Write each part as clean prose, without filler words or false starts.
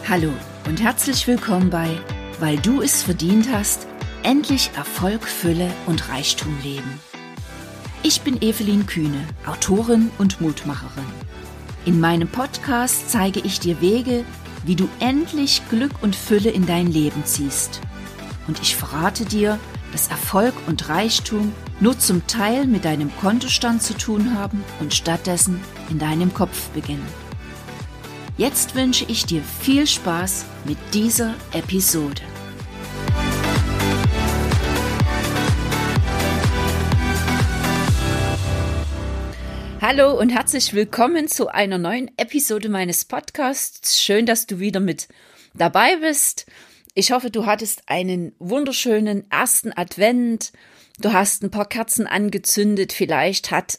Hallo und herzlich willkommen bei Weil du es verdient hast, endlich Erfolg, Fülle und Reichtum leben. Ich bin Evelyn Kühne, Autorin und Mutmacherin. In meinem Podcast zeige ich dir Wege, wie du endlich Glück und Fülle in dein Leben ziehst. Und ich verrate dir, dass Erfolg und Reichtum nur zum Teil mit deinem Kontostand zu tun haben und stattdessen in deinem Kopf beginnen. Jetzt wünsche ich dir viel Spaß mit dieser Episode. Hallo und herzlich willkommen zu einer neuen Episode meines Podcasts. Schön, dass du wieder mit dabei bist. Ich hoffe, du hattest einen wunderschönen ersten Advent. Du hast ein paar Kerzen angezündet. Vielleicht hat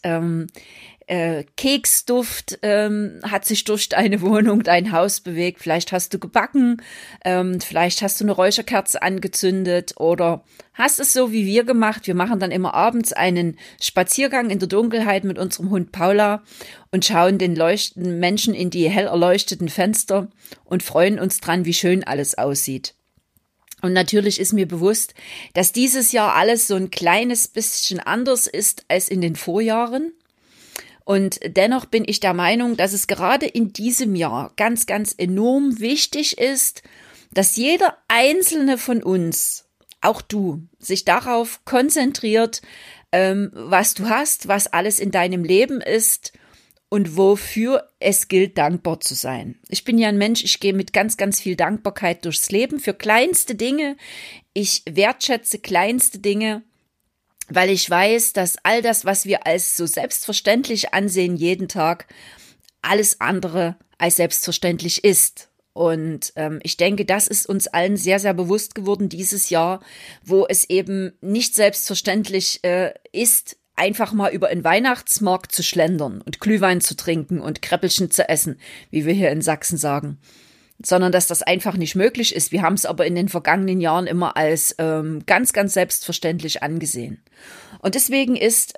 Keksduft hat sich durch deine Wohnung, dein Haus bewegt. Vielleicht hast du gebacken, vielleicht hast du eine Räucherkerze angezündet oder hast es so wie wir gemacht. Wir machen dann immer abends einen Spaziergang in der Dunkelheit mit unserem Hund Paula und schauen den leuchtenden Menschen in die hell erleuchteten Fenster und freuen uns dran, wie schön alles aussieht. Und natürlich ist mir bewusst, dass dieses Jahr alles so ein kleines bisschen anders ist als in den Vorjahren. Und dennoch bin ich der Meinung, dass es gerade in diesem Jahr ganz, ganz enorm wichtig ist, dass jeder einzelne von uns, auch du, sich darauf konzentriert, was du hast, was alles in deinem Leben ist und wofür es gilt, dankbar zu sein. Ich bin ja ein Mensch, ich gehe mit ganz, ganz viel Dankbarkeit durchs Leben für kleinste Dinge. Ich wertschätze kleinste Dinge, weil ich weiß, dass all das, was wir als so selbstverständlich ansehen jeden Tag, alles andere als selbstverständlich ist. Und ich denke, das ist uns allen sehr, sehr bewusst geworden dieses Jahr, wo es eben nicht selbstverständlich ist, einfach mal über einen Weihnachtsmarkt zu schlendern und Glühwein zu trinken und Kräppelchen zu essen, wie wir hier in Sachsen sagen, sondern dass das einfach nicht möglich ist. Wir haben es aber in den vergangenen Jahren immer als ganz, ganz selbstverständlich angesehen. Und deswegen ist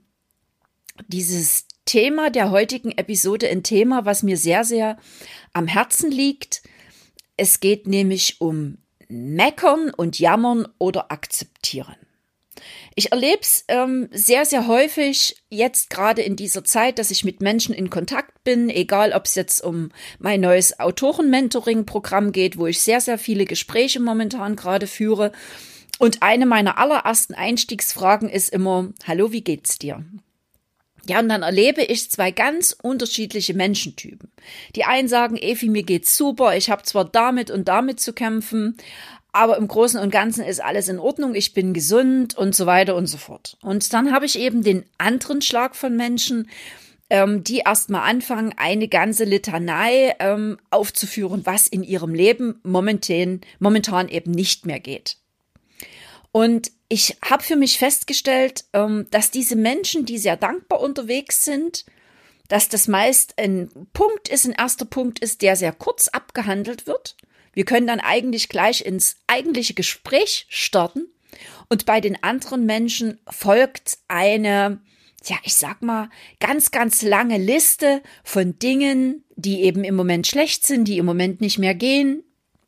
dieses Thema der heutigen Episode ein Thema, was mir sehr, sehr am Herzen liegt. Es geht nämlich um Meckern und Jammern oder Akzeptieren. Ich erlebe es sehr, sehr häufig jetzt gerade in dieser Zeit, dass ich mit Menschen in Kontakt bin, egal ob es jetzt um mein neues Autoren-Mentoring-Programm geht, wo ich sehr, sehr viele Gespräche momentan gerade führe. Und eine meiner allerersten Einstiegsfragen ist immer: Hallo, wie geht's dir? Ja, und dann erlebe ich zwei ganz unterschiedliche Menschentypen. Die einen sagen: Evi, mir geht's super, ich habe zwar damit und damit zu kämpfen, aber im Großen und Ganzen ist alles in Ordnung, ich bin gesund und so weiter und so fort. Und dann habe ich eben den anderen Schlag von Menschen, die erstmal anfangen, eine ganze Litanei aufzuführen, was in ihrem Leben momentan eben nicht mehr geht. Und ich habe für mich festgestellt, dass diese Menschen, die sehr dankbar unterwegs sind, dass das meist ein erster Punkt ist, der sehr kurz abgehandelt wird. Wir können dann eigentlich gleich ins eigentliche Gespräch starten und bei den anderen Menschen folgt eine, ja, ich sag mal, ganz, ganz lange Liste von Dingen, die eben im Moment schlecht sind, die im Moment nicht mehr gehen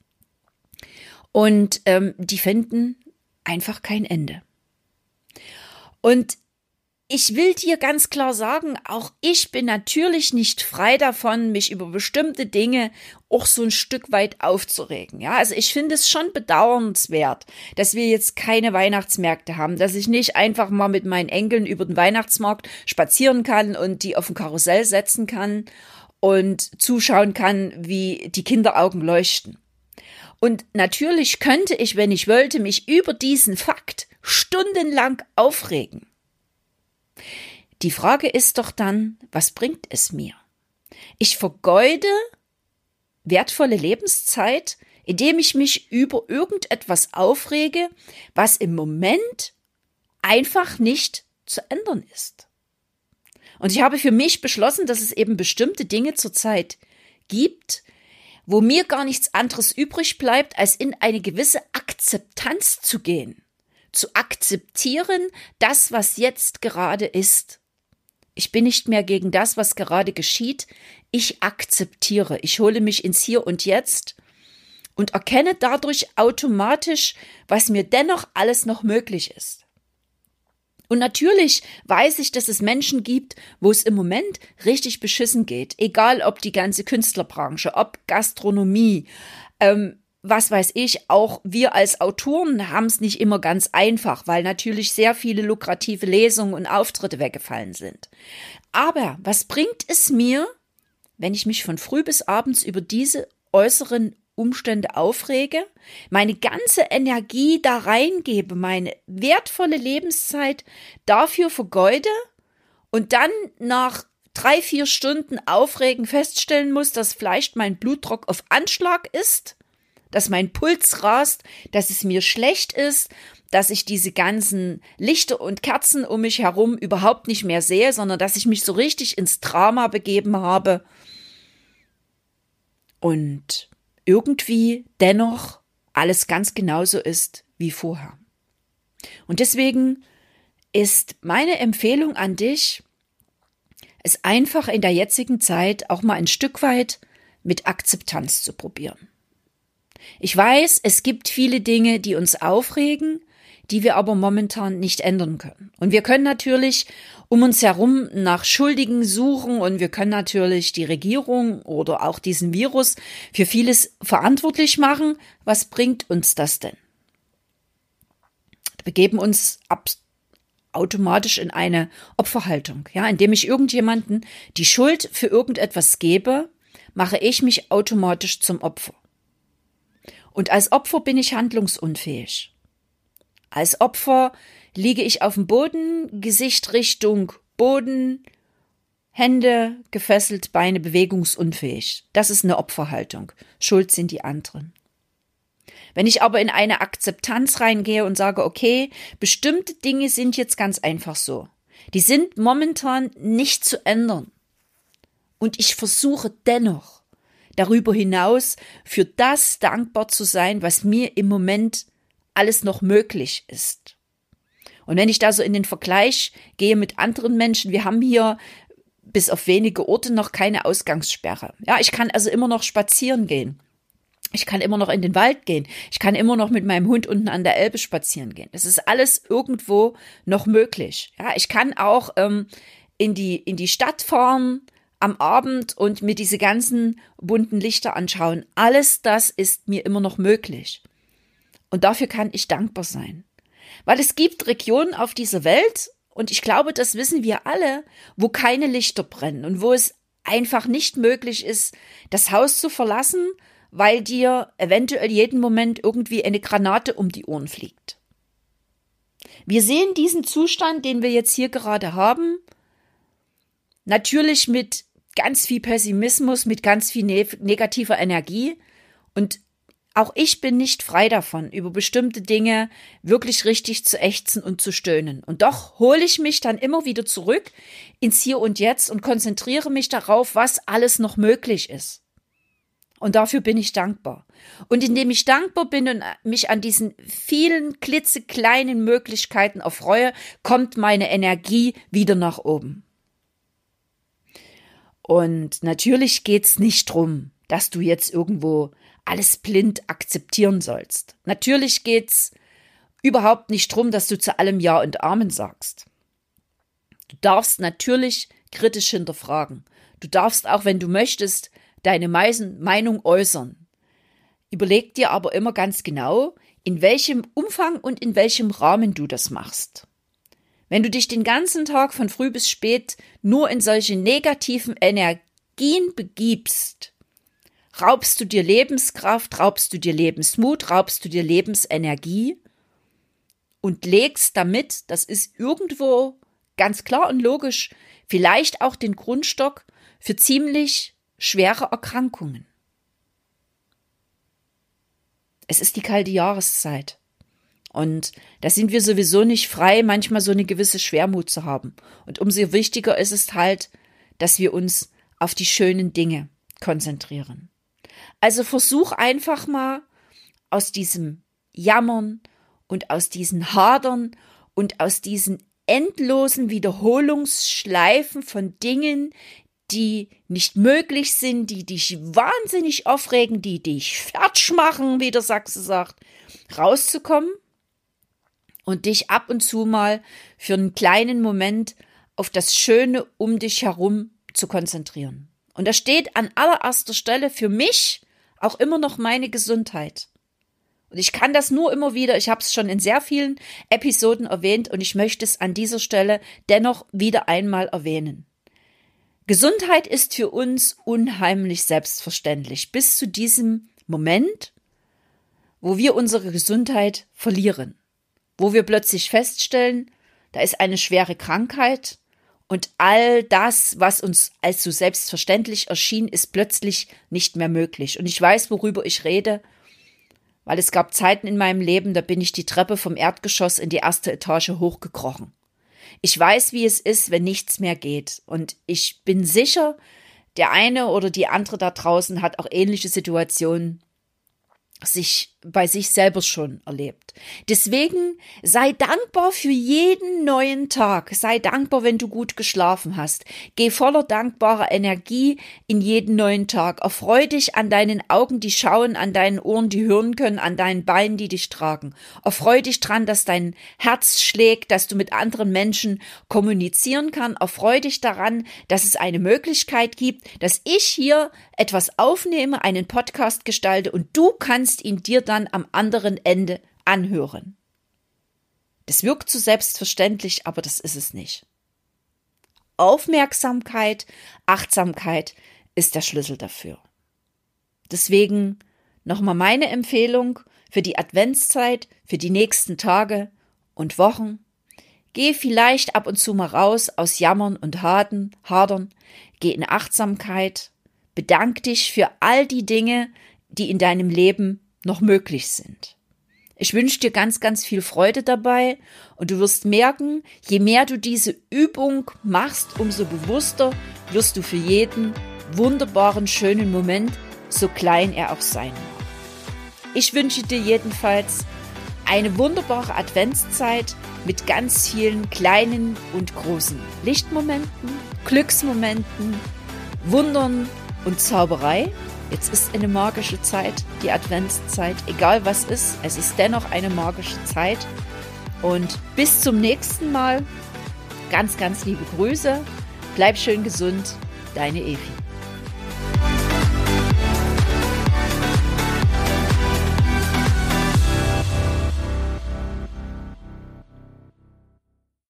und die finden einfach kein Ende. Und ich will dir ganz klar sagen, auch ich bin natürlich nicht frei davon, mich über bestimmte Dinge auch so ein Stück weit aufzuregen. Ja, also ich finde es schon bedauernswert, dass wir jetzt keine Weihnachtsmärkte haben, dass ich nicht einfach mal mit meinen Enkeln über den Weihnachtsmarkt spazieren kann und die auf ein Karussell setzen kann und zuschauen kann, wie die Kinderaugen leuchten. Und natürlich könnte ich, wenn ich wollte, mich über diesen Fakt stundenlang aufregen. Die Frage ist doch dann, was bringt es mir? Ich vergeude wertvolle Lebenszeit, indem ich mich über irgendetwas aufrege, was im Moment einfach nicht zu ändern ist. Und ich habe für mich beschlossen, dass es eben bestimmte Dinge zurzeit gibt, wo mir gar nichts anderes übrig bleibt, als in eine gewisse Akzeptanz zu gehen. Zu akzeptieren, das, was jetzt gerade ist. Ich bin nicht mehr gegen das, was gerade geschieht. Ich akzeptiere. Ich hole mich ins Hier und Jetzt und erkenne dadurch automatisch, was mir dennoch alles noch möglich ist. Und natürlich weiß ich, dass es Menschen gibt, wo es im Moment richtig beschissen geht. Egal ob die ganze Künstlerbranche, ob Gastronomie, was weiß ich, auch wir als Autoren haben es nicht immer ganz einfach, weil natürlich sehr viele lukrative Lesungen und Auftritte weggefallen sind. Aber was bringt es mir, wenn ich mich von früh bis abends über diese äußeren Umstände aufrege, meine ganze Energie da reingebe, meine wertvolle Lebenszeit dafür vergeude und dann nach 3-4 Stunden Aufregen feststellen muss, dass vielleicht mein Blutdruck auf Anschlag ist, dass mein Puls rast, dass es mir schlecht ist, dass ich diese ganzen Lichter und Kerzen um mich herum überhaupt nicht mehr sehe, sondern dass ich mich so richtig ins Drama begeben habe und irgendwie dennoch alles ganz genauso ist wie vorher. Und deswegen ist meine Empfehlung an dich, es einfach in der jetzigen Zeit auch mal ein Stück weit mit Akzeptanz zu probieren. Ich weiß, es gibt viele Dinge, die uns aufregen, die wir aber momentan nicht ändern können. Und wir können natürlich um uns herum nach Schuldigen suchen und wir können natürlich die Regierung oder auch diesen Virus für vieles verantwortlich machen. Was bringt uns das denn? Wir begeben uns automatisch in eine Opferhaltung. Ja, indem ich irgendjemanden die Schuld für irgendetwas gebe, mache ich mich automatisch zum Opfer. Und als Opfer bin ich handlungsunfähig. Als Opfer liege ich auf dem Boden, Gesicht Richtung Boden, Hände gefesselt, Beine bewegungsunfähig. Das ist eine Opferhaltung. Schuld sind die anderen. Wenn ich aber in eine Akzeptanz reingehe und sage, okay, bestimmte Dinge sind jetzt ganz einfach so. Die sind momentan nicht zu ändern. Und ich versuche dennoch, darüber hinaus für das dankbar zu sein, was mir im Moment alles noch möglich ist. Und wenn ich da so in den Vergleich gehe mit anderen Menschen, wir haben hier bis auf wenige Orte noch keine Ausgangssperre. Ja, ich kann also immer noch spazieren gehen. Ich kann immer noch in den Wald gehen. Ich kann immer noch mit meinem Hund unten an der Elbe spazieren gehen. Das ist alles irgendwo noch möglich. Ja, ich kann auch in die Stadt fahren am Abend und mir diese ganzen bunten Lichter anschauen. Alles das ist mir immer noch möglich. Und dafür kann ich dankbar sein. Weil es gibt Regionen auf dieser Welt, und ich glaube, das wissen wir alle, wo keine Lichter brennen und wo es einfach nicht möglich ist, das Haus zu verlassen, weil dir eventuell jeden Moment irgendwie eine Granate um die Ohren fliegt. Wir sehen diesen Zustand, den wir jetzt hier gerade haben, natürlich mit ganz viel Pessimismus, mit ganz viel negativer Energie, und auch ich bin nicht frei davon, über bestimmte Dinge wirklich richtig zu ächzen und zu stöhnen. Und doch hole ich mich dann immer wieder zurück ins Hier und Jetzt und konzentriere mich darauf, was alles noch möglich ist. Und dafür bin ich dankbar. Und indem ich dankbar bin und mich an diesen vielen klitzekleinen Möglichkeiten erfreue, kommt meine Energie wieder nach oben. Und natürlich geht's nicht drum, dass du jetzt irgendwo alles blind akzeptieren sollst. Natürlich geht's überhaupt nicht drum, dass du zu allem Ja und Amen sagst. Du darfst natürlich kritisch hinterfragen. Du darfst auch, wenn du möchtest, deine Meinung äußern. Überleg dir aber immer ganz genau, in welchem Umfang und in welchem Rahmen du das machst. Wenn du dich den ganzen Tag von früh bis spät nur in solche negativen Energien begibst, raubst du dir Lebenskraft, raubst du dir Lebensmut, raubst du dir Lebensenergie und legst damit, das ist irgendwo ganz klar und logisch, vielleicht auch den Grundstock für ziemlich schwere Erkrankungen. Es ist die kalte Jahreszeit. Und da sind wir sowieso nicht frei, manchmal so eine gewisse Schwermut zu haben. Und umso wichtiger ist es halt, dass wir uns auf die schönen Dinge konzentrieren. Also versuch einfach mal aus diesem Jammern und aus diesen Hadern und aus diesen endlosen Wiederholungsschleifen von Dingen, die nicht möglich sind, die dich wahnsinnig aufregen, die dich fertig machen, wie der Sachse sagt, rauszukommen und dich ab und zu mal für einen kleinen Moment auf das Schöne um dich herum zu konzentrieren. Und da steht an allererster Stelle für mich auch immer noch meine Gesundheit. Und ich kann das nur immer wieder, ich habe es schon in sehr vielen Episoden erwähnt und ich möchte es an dieser Stelle dennoch wieder einmal erwähnen. Gesundheit ist für uns unheimlich selbstverständlich, bis zu diesem Moment, wo wir unsere Gesundheit verlieren, wo wir plötzlich feststellen, da ist eine schwere Krankheit und all das, was uns als so selbstverständlich erschien, ist plötzlich nicht mehr möglich. Und ich weiß, worüber ich rede, weil es gab Zeiten in meinem Leben, da bin ich die Treppe vom Erdgeschoss in die erste Etage hochgekrochen. Ich weiß, wie es ist, wenn nichts mehr geht. Und ich bin sicher, der eine oder die andere da draußen hat auch ähnliche Situationen bei sich selber schon erlebt. Deswegen sei dankbar für jeden neuen Tag. Sei dankbar, wenn du gut geschlafen hast. Geh voller dankbarer Energie in jeden neuen Tag. Erfreu dich an deinen Augen, die schauen, an deinen Ohren, die hören können, an deinen Beinen, die dich tragen. Erfreu dich dran, dass dein Herz schlägt, dass du mit anderen Menschen kommunizieren kannst. Erfreu dich daran, dass es eine Möglichkeit gibt, dass ich hier etwas aufnehme, einen Podcast gestalte und du kannst ihn dir dann am anderen Ende anhören. Das wirkt so selbstverständlich, aber das ist es nicht. Aufmerksamkeit, Achtsamkeit ist der Schlüssel dafür. Deswegen nochmal meine Empfehlung für die Adventszeit, für die nächsten Tage und Wochen. Geh vielleicht ab und zu mal raus aus Jammern und Hadern, geh in Achtsamkeit, bedank dich für all die Dinge, die in deinem Leben noch möglich sind. Ich wünsche dir ganz, ganz viel Freude dabei und du wirst merken, je mehr du diese Übung machst, umso bewusster wirst du für jeden wunderbaren, schönen Moment, so klein er auch sein mag. Ich wünsche dir jedenfalls eine wunderbare Adventszeit mit ganz vielen kleinen und großen Lichtmomenten, Glücksmomenten, Wundern und Zauberei. Jetzt ist eine magische Zeit, die Adventszeit. Egal was ist, es ist dennoch eine magische Zeit. Und bis zum nächsten Mal. Ganz, ganz liebe Grüße. Bleib schön gesund. Deine Evi.